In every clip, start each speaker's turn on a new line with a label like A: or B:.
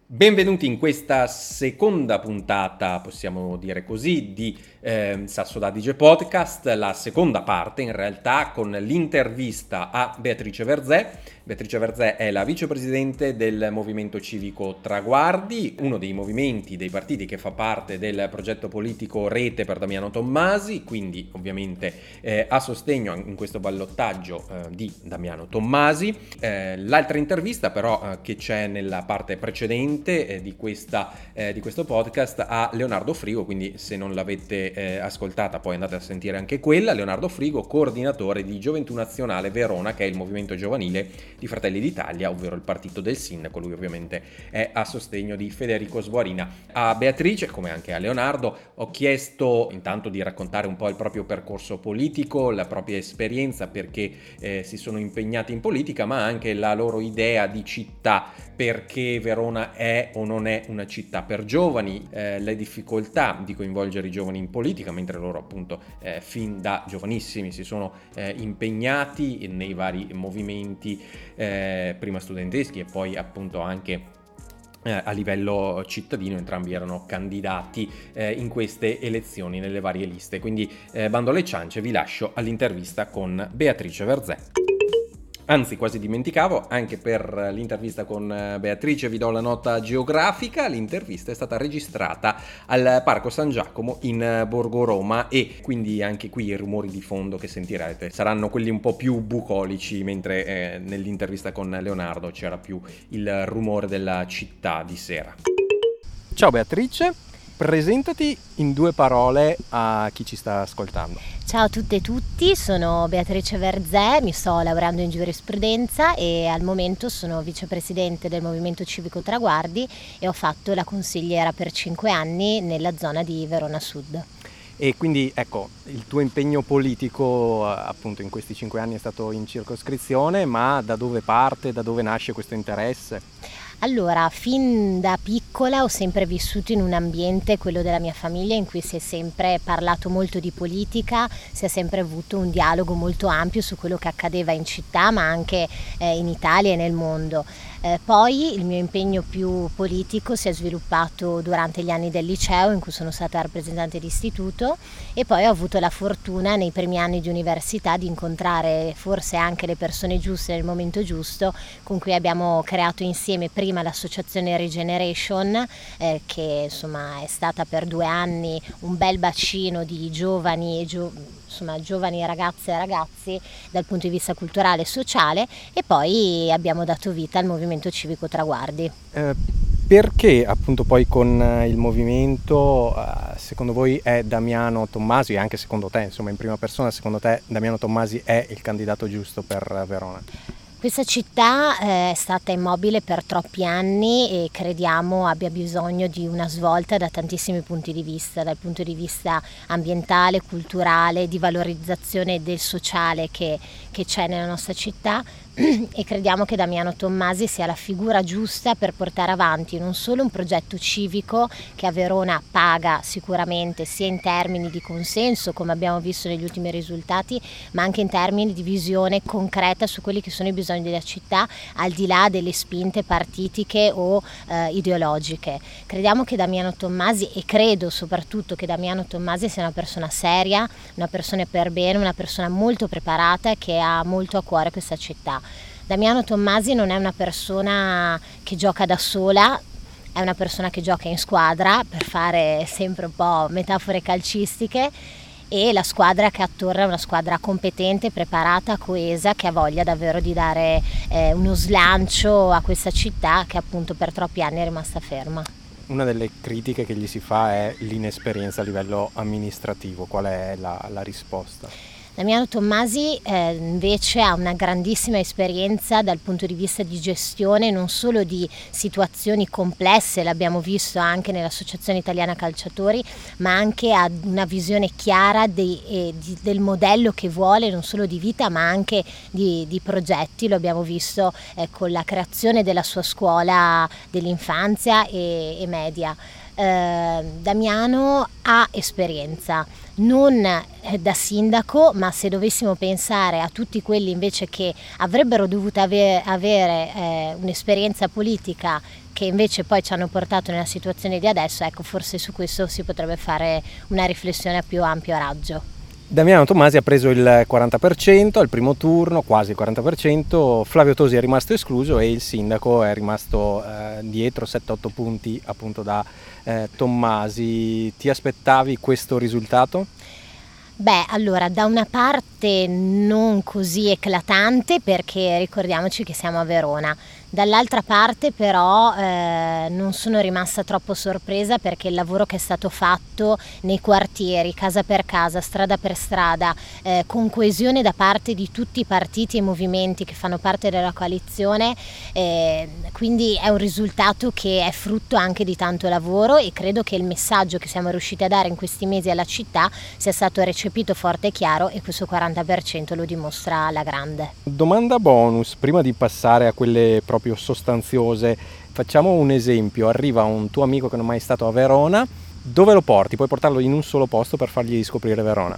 A: Benvenuti in questa seconda puntata, possiamo dire così, di Sasso d'Adige Podcast, la seconda parte in realtà con l'intervista a Beatrice Verzé. Beatrice Verzé è la vicepresidente del Movimento Civico Traguardi, uno dei movimenti, dei partiti che fa parte del progetto politico Rete per Damiano Tommasi, quindi ovviamente a sostegno in questo ballottaggio di Damiano Tommasi. L'altra intervista però che c'è nella parte precedente di questo podcast a Leonardo Frigo, quindi se non l'avete ascoltata poi andate a sentire anche quella. Leonardo Frigo, coordinatore di Gioventù Nazionale Verona, che è il movimento giovanile di Fratelli d'Italia, ovvero il partito del sindaco. Lui ovviamente è a sostegno di Federico Sguarina. A Beatrice, come anche a Leonardo, ho chiesto intanto di raccontare un po' il proprio percorso politico, la propria esperienza, perché si sono impegnati in politica, ma anche la loro idea di città, perché Verona è o non è una città per giovani, le difficoltà di coinvolgere i giovani in politica, mentre loro appunto fin da giovanissimi si sono impegnati nei vari movimenti, prima studenteschi e poi appunto anche a livello cittadino. Entrambi erano candidati in queste elezioni nelle varie liste. Quindi bando alle ciance, vi lascio all'intervista con Beatrice Verzé. Anzi, quasi dimenticavo, anche per l'intervista con Beatrice vi do la nota geografica. L'intervista è stata registrata al Parco San Giacomo in Borgo Roma e quindi anche qui i rumori di fondo che sentirete saranno quelli un po' più bucolici, mentre nell'intervista con Leonardo c'era più il rumore della città di sera. Ciao Beatrice, presentati in 2 parole a chi ci sta ascoltando.
B: Ciao a tutte e tutti, sono Beatrice Verzé, mi sto laureando in giurisprudenza e al momento sono vicepresidente del Movimento Civico Traguardi e ho fatto la consigliera per 5 anni nella zona di Verona Sud.
A: E quindi ecco, il tuo impegno politico appunto in questi 5 anni è stato in circoscrizione, ma da dove parte, da dove nasce questo interesse?
B: Allora, fin da piccola ho sempre vissuto in un ambiente, quello della mia famiglia, in cui si è sempre parlato molto di politica, si è sempre avuto un dialogo molto ampio su quello che accadeva in città, ma anche in Italia e nel mondo. Poi il mio impegno più politico si è sviluppato durante gli anni del liceo, in cui sono stata rappresentante di istituto, e poi ho avuto la fortuna nei primi anni di università di incontrare forse anche le persone giuste nel momento giusto, con cui abbiamo creato insieme prima l'associazione Regeneration, che insomma è stata per 2 anni un bel bacino di giovani ragazze e ragazzi dal punto di vista culturale e sociale, e poi abbiamo dato vita al Movimento Civico Traguardi.
A: Perché appunto poi con il movimento secondo voi è Damiano Tommasi, e anche secondo te, insomma in prima persona, secondo te Damiano Tommasi è il candidato giusto per Verona?
B: Questa città è stata immobile per troppi anni e crediamo abbia bisogno di una svolta da tantissimi punti di vista, dal punto di vista ambientale, culturale, di valorizzazione del sociale che c'è nella nostra città, e crediamo che Damiano Tommasi sia la figura giusta per portare avanti non solo un progetto civico che a Verona paga sicuramente sia in termini di consenso, come abbiamo visto negli ultimi risultati, ma anche in termini di visione concreta su quelli che sono i bisogni della città, al di là delle spinte partitiche o ideologiche. Crediamo che Damiano Tommasi, e credo soprattutto che Damiano Tommasi sia una persona seria, una persona per bene, una persona molto preparata che ha molto a cuore questa città. Damiano Tommasi non è una persona che gioca da sola, è una persona che gioca in squadra, per fare sempre un po' metafore calcistiche, e la squadra che attorno è una squadra competente, preparata, coesa, che ha voglia davvero di dare uno slancio a questa città che appunto per troppi anni è rimasta ferma.
A: Una delle critiche che gli si fa è l'inesperienza a livello amministrativo. Qual è la risposta?
B: Damiano Tommasi invece ha una grandissima esperienza dal punto di vista di gestione non solo di situazioni complesse, l'abbiamo visto anche nell'Associazione Italiana Calciatori, ma anche ha una visione chiara del modello che vuole, non solo di vita ma anche di progetti. Lo abbiamo visto con la creazione della sua scuola dell'infanzia e media. Damiano ha esperienza, non da sindaco, ma se dovessimo pensare a tutti quelli invece che avrebbero dovuto avere un'esperienza politica che invece poi ci hanno portato nella situazione di adesso, ecco, forse su questo si potrebbe fare una riflessione a più ampio raggio.
C: Damiano Tommasi ha preso il 40% al primo turno, quasi il 40%, Flavio Tosi è rimasto escluso e il sindaco è rimasto dietro 7-8 punti appunto da Tommasi. Ti aspettavi questo risultato?
B: Beh, allora, da una parte non così eclatante, perché ricordiamoci che siamo a Verona, dall'altra parte però non sono rimasta troppo sorpresa, perché il lavoro che è stato fatto nei quartieri, casa per casa, strada per strada, con coesione da parte di tutti i partiti e movimenti che fanno parte della coalizione, quindi è un risultato che è frutto anche di tanto lavoro, e credo che il messaggio che siamo riusciti a dare in questi mesi alla città sia stato recepito forte e chiaro, e questo 40% lo dimostra alla grande.
C: Domanda bonus, prima di passare a quelle proprio sostanziose, facciamo un esempio: arriva un tuo amico che non è mai stato a Verona, dove lo porti? Puoi portarlo in un solo posto per fargli scoprire Verona?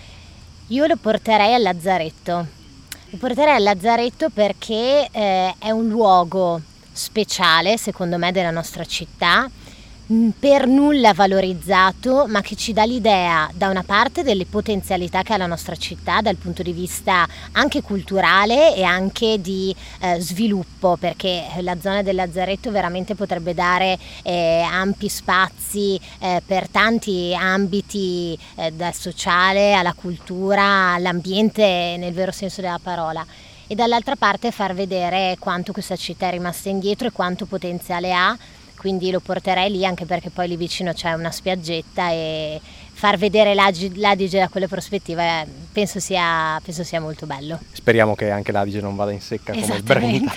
B: Io lo porterei al Lazzaretto. Lo porterei al Lazzaretto perché è un luogo speciale, secondo me, della nostra città, per nulla valorizzato, ma che ci dà l'idea, da una parte, delle potenzialità che ha la nostra città dal punto di vista anche culturale e anche di sviluppo, perché la zona del Lazzaretto veramente potrebbe dare ampi spazi per tanti ambiti, dal sociale alla cultura all'ambiente nel vero senso della parola. E dall'altra parte far vedere quanto questa città è rimasta indietro e quanto potenziale ha. Quindi lo porterei lì, anche perché poi lì vicino c'è una spiaggetta, e far vedere l'Adige da quelle prospettive penso sia molto bello.
C: Speriamo che anche l'Adige non vada in secca come il Brenta.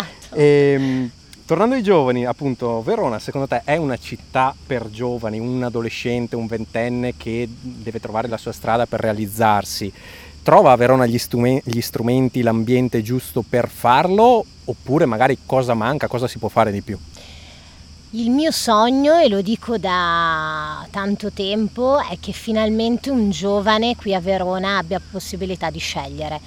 B: Esatto.
C: Tornando ai giovani, appunto, Verona secondo te è una città per giovani, un adolescente, un ventenne che deve trovare la sua strada per realizzarsi? Trova a Verona gli strumenti, l'ambiente giusto per farlo, oppure magari cosa manca, cosa si può fare di più?
B: Il mio sogno, e lo dico da tanto tempo, è che finalmente un giovane qui a Verona abbia possibilità di scegliere,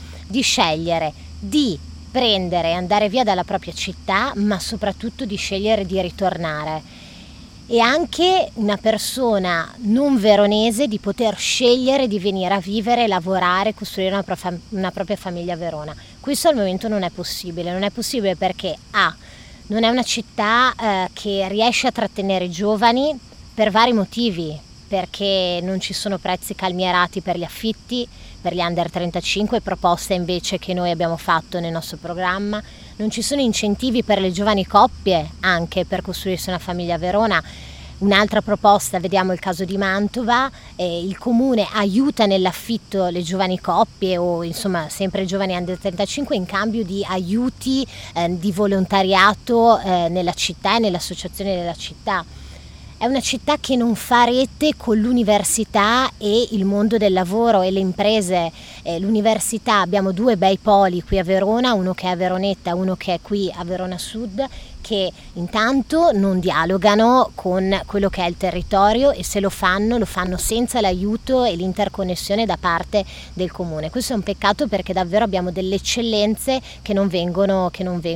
B: di prendere e andare via dalla propria città, ma soprattutto di scegliere di ritornare. E anche una persona non veronese di poter scegliere di venire a vivere, lavorare, costruire una propria famiglia a Verona. Questo al momento non è possibile perché non è una città che riesce a trattenere i giovani per vari motivi, perché non ci sono prezzi calmierati per gli affitti, per gli under 35, proposta invece che noi abbiamo fatto nel nostro programma, non ci sono incentivi per le giovani coppie anche per costruirsi una famiglia a Verona. Un'altra proposta, vediamo il caso di Mantova, il comune aiuta nell'affitto le giovani coppie o insomma sempre giovani under 35 in cambio di aiuti di volontariato nella città e nelle associazioni della città. È una città che non fa rete con l'università e il mondo del lavoro e le imprese. L'università, abbiamo due bei poli qui a Verona, uno che è a Veronetta, uno che è qui a Verona Sud, che intanto non dialogano con quello che è il territorio, e se lo fanno senza l'aiuto e l'interconnessione da parte del comune. Questo è un peccato, perché davvero abbiamo delle eccellenze che non vengono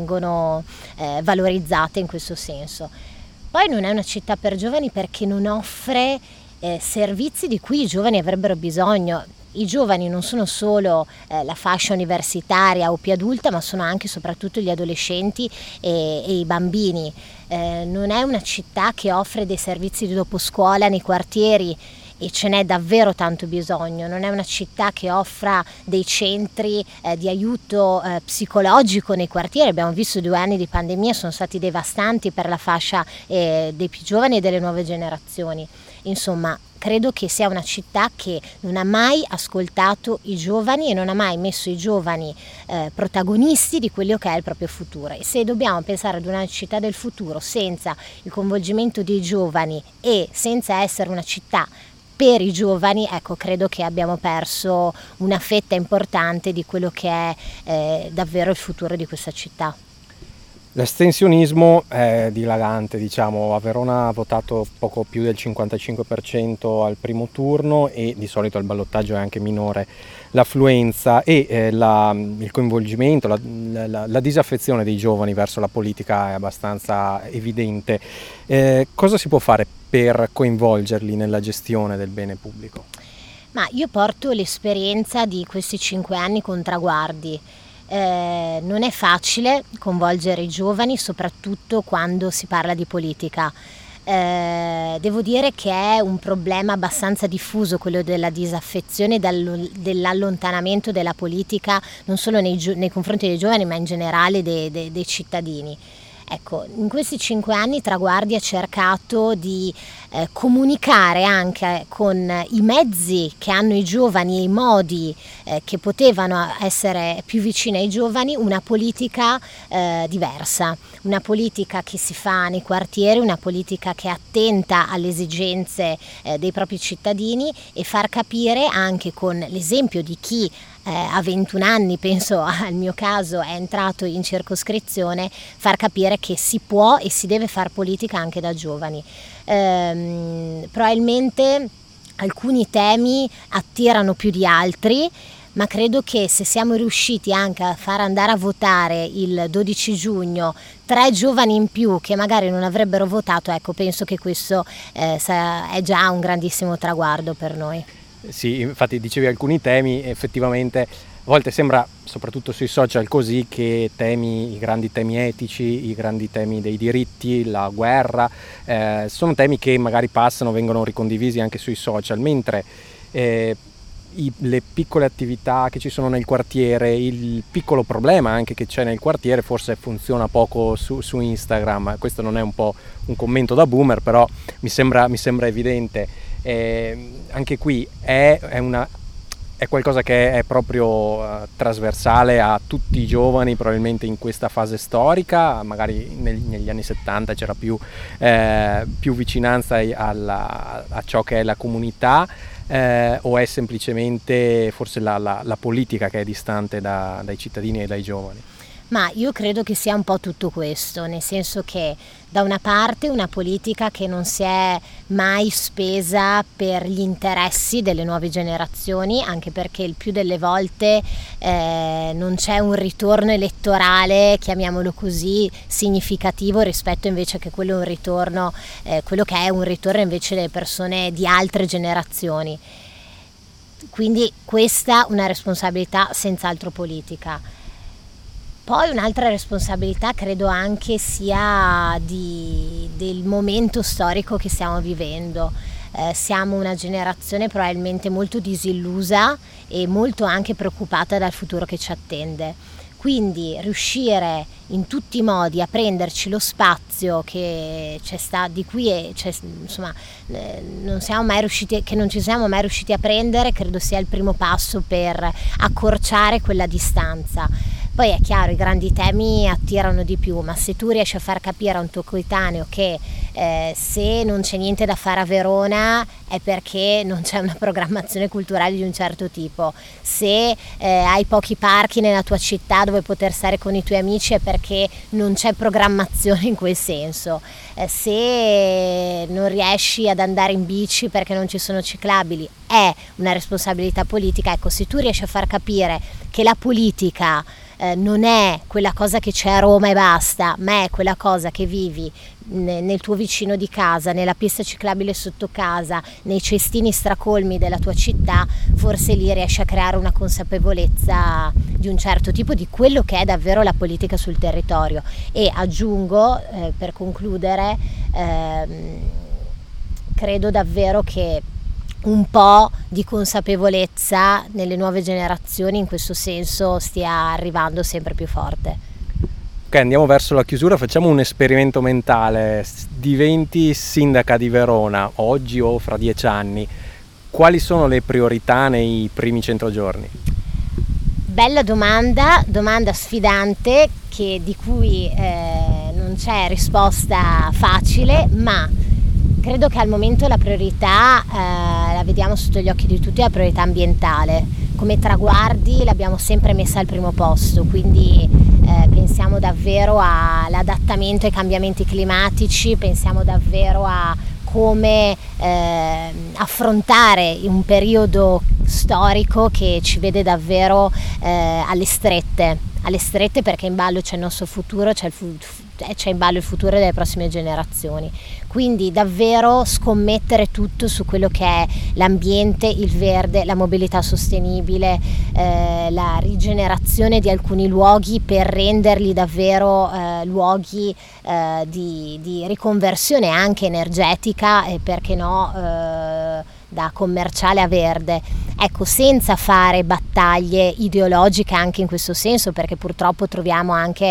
B: valorizzate in questo senso. Poi non è una città per giovani perché non offre servizi di cui i giovani avrebbero bisogno. I giovani non sono solo la fascia universitaria o più adulta, ma sono anche e soprattutto gli adolescenti e i bambini. Non è una città che offre dei servizi di doposcuola nei quartieri, e ce n'è davvero tanto bisogno. Non è una città che offra dei centri di aiuto psicologico nei quartieri. Abbiamo visto 2 anni di pandemia, sono stati devastanti per la fascia dei più giovani e delle nuove generazioni. Insomma, credo che sia una città che non ha mai ascoltato i giovani e non ha mai messo i giovani protagonisti di quello che è il proprio futuro. E se dobbiamo pensare ad una città del futuro senza il coinvolgimento dei giovani e senza essere una città per i giovani, ecco, credo che abbiamo perso una fetta importante di quello che è davvero il futuro di questa città.
C: L'astensionismo è dilagante, diciamo. A Verona ha votato poco più del 55% al primo turno e di solito al ballottaggio è anche minore l'affluenza e il coinvolgimento, la disaffezione dei giovani verso la politica è abbastanza evidente. Cosa si può fare per coinvolgerli nella gestione del bene pubblico?
B: Ma io porto l'esperienza di questi 5 anni con Traguardi. Non è facile coinvolgere i giovani, soprattutto quando si parla di politica. Devo dire che è un problema abbastanza diffuso quello della disaffezione e dell'allontanamento della politica, non solo nei confronti dei giovani, ma in generale dei cittadini. Ecco, in questi 5 anni Traguardi ha cercato di comunicare anche con i mezzi che hanno i giovani e i modi che potevano essere più vicini ai giovani una politica diversa, una politica che si fa nei quartieri, una politica che è attenta alle esigenze dei propri cittadini e far capire anche con l'esempio di chi a 21 anni, penso al mio caso, è entrato in circoscrizione, far capire che si può e si deve fare politica anche da giovani. Probabilmente alcuni temi attirano più di altri, ma credo che se siamo riusciti anche a far andare a votare il 12 giugno 3 giovani in più che magari non avrebbero votato, ecco, penso che questo è già un grandissimo traguardo per noi.
C: Sì, infatti dicevi alcuni temi, effettivamente a volte sembra, soprattutto sui social, così che i grandi temi etici, i grandi temi dei diritti, la guerra, sono temi che magari passano, vengono ricondivisi anche sui social, mentre le piccole attività che ci sono nel quartiere, il piccolo problema anche che c'è nel quartiere forse funziona poco su Instagram. Questo non è un po' un commento da boomer, però mi sembra evidente. Anche qui è qualcosa che è proprio trasversale a tutti i giovani, probabilmente in questa fase storica. Magari negli anni 70 c'era più vicinanza a ciò che è la comunità, o è semplicemente forse la politica che è distante dai cittadini e dai giovani?
B: Ma io credo che sia un po' tutto questo, nel senso che da una parte una politica che non si è mai spesa per gli interessi delle nuove generazioni, anche perché il più delle volte non c'è un ritorno elettorale, chiamiamolo così, significativo rispetto invece che quello che è un ritorno invece delle persone di altre generazioni. Quindi questa è una responsabilità senz'altro politica. Poi un'altra responsabilità credo anche sia del momento storico che stiamo vivendo. Siamo una generazione probabilmente molto disillusa e molto anche preoccupata dal futuro che ci attende. Quindi riuscire in tutti i modi a prenderci lo spazio che c'è stato, di cui non ci siamo mai riusciti a prendere, credo sia il primo passo per accorciare quella distanza. Poi è chiaro, i grandi temi attirano di più, ma se tu riesci a far capire a un tuo coetaneo che se non c'è niente da fare a Verona è perché non c'è una programmazione culturale di un certo tipo, se hai pochi parchi nella tua città dove poter stare con i tuoi amici è perché non c'è programmazione in quel senso, se non riesci ad andare in bici perché non ci sono ciclabili è una responsabilità politica. Ecco, se tu riesci a far capire che la politica non è quella cosa che c'è a Roma e basta, ma è quella cosa che vivi nel tuo vicino di casa, nella pista ciclabile sotto casa, nei cestini stracolmi della tua città, forse lì riesci a creare una consapevolezza di un certo tipo di quello che è davvero la politica sul territorio. E aggiungo, per concludere, credo davvero che un po' di consapevolezza nelle nuove generazioni in questo senso stia arrivando sempre più forte.
C: Ok, andiamo verso la chiusura, facciamo un esperimento mentale. Diventi sindaca di Verona oggi o fra 10 anni, quali sono le priorità nei primi 100 giorni?
B: Bella domanda sfidante di cui non c'è risposta facile, ma credo che al momento la priorità, la vediamo sotto gli occhi di tutti, è la priorità ambientale. Come traguardi l'abbiamo sempre messa al primo posto, quindi pensiamo davvero all'adattamento ai cambiamenti climatici, pensiamo davvero a come affrontare un periodo storico che ci vede davvero alle strette, perché in ballo c'è il nostro futuro, c'è in ballo il futuro delle prossime generazioni. Quindi davvero scommettere tutto su quello che è l'ambiente, il verde, la mobilità sostenibile, la rigenerazione di alcuni luoghi per renderli davvero luoghi di riconversione anche energetica e perché no da commerciale a verde, ecco, senza fare battaglie ideologiche anche in questo senso, perché purtroppo troviamo anche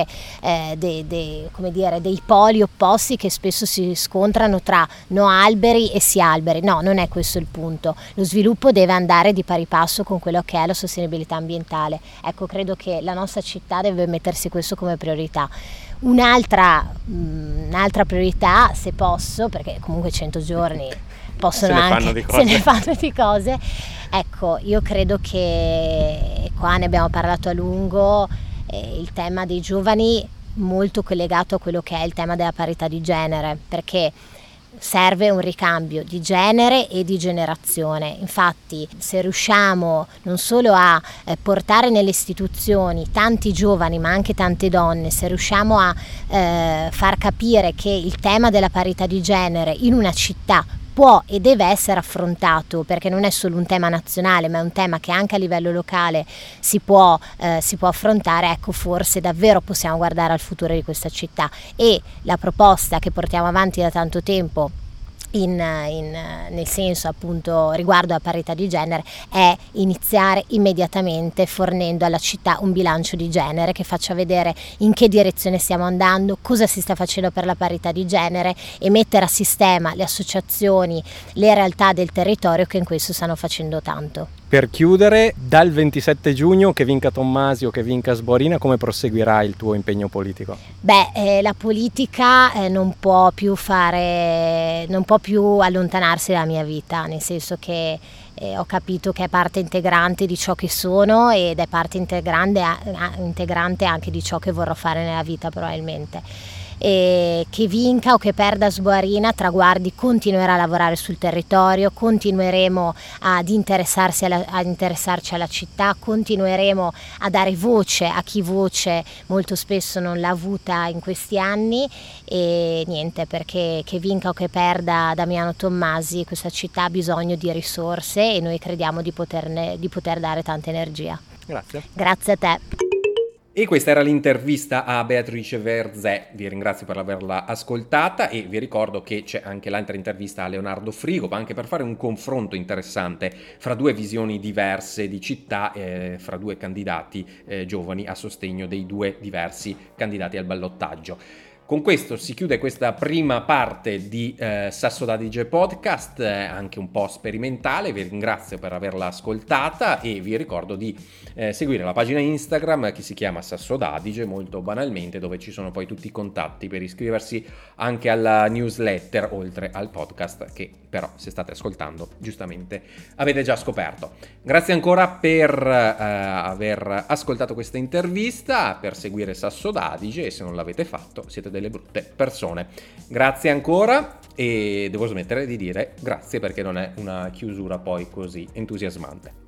B: dei poli opposti che spesso si scontrano tra no alberi e sì alberi. No, non è questo il punto. Lo sviluppo deve andare di pari passo con quello che è la sostenibilità ambientale. Ecco, credo che la nostra città deve mettersi questo come priorità. Un'altra priorità, se posso, perché comunque 100 giorni possono se ne fanno di cose. Ecco, io credo che qua ne abbiamo parlato a lungo, il tema dei giovani molto collegato a quello che è il tema della parità di genere, perché serve un ricambio di genere e di generazione. Infatti, se riusciamo non solo a portare nelle istituzioni tanti giovani ma anche tante donne, se riusciamo a far capire che il tema della parità di genere in una città può e deve essere affrontato, perché non è solo un tema nazionale ma è un tema che anche a livello locale si può affrontare, ecco, forse davvero possiamo guardare al futuro di questa città. E la proposta che portiamo avanti da tanto tempo nel senso appunto riguardo alla parità di genere è iniziare immediatamente fornendo alla città un bilancio di genere che faccia vedere in che direzione stiamo andando, cosa si sta facendo per la parità di genere e mettere a sistema le associazioni, le realtà del territorio che in questo stanno facendo tanto.
C: Per chiudere, dal 27 giugno, che vinca Tommasi o che vinca Sborina, come proseguirà il tuo impegno politico?
B: La politica non può più allontanarsi dalla mia vita, nel senso che ho capito che è parte integrante di ciò che sono ed è parte integrante anche di ciò che vorrò fare nella vita probabilmente. E che vinca o che perda Sborina, Traguardi continuerà a lavorare sul territorio, continueremo ad interessarci alla città, continueremo a dare voce a chi voce molto spesso non l'ha avuta in questi anni e niente, perché che vinca o che perda Damiano Tommasi, questa città ha bisogno di risorse e noi crediamo di poter dare tanta energia.
C: Grazie.
B: Grazie a te.
A: E questa era l'intervista a Beatrice Verzé, vi ringrazio per averla ascoltata e vi ricordo che c'è anche l'altra intervista a Leonardo Frigo, anche per fare un confronto interessante fra due visioni diverse di città, fra due candidati giovani a sostegno dei due diversi candidati al ballottaggio. Con questo si chiude questa prima parte di Sasso d'Adige Podcast, anche un po' sperimentale. Vi ringrazio per averla ascoltata e vi ricordo di seguire la pagina Instagram che si chiama Sasso d'Adige, molto banalmente, dove ci sono poi tutti i contatti per iscriversi anche alla newsletter, oltre al podcast che però, se state ascoltando, giustamente avete già scoperto. Grazie ancora per aver ascoltato questa intervista, per seguire Sasso d'Adige e se non l'avete fatto siete delle brutte persone. Grazie ancora e devo smettere di dire grazie perché non è una chiusura poi così entusiasmante.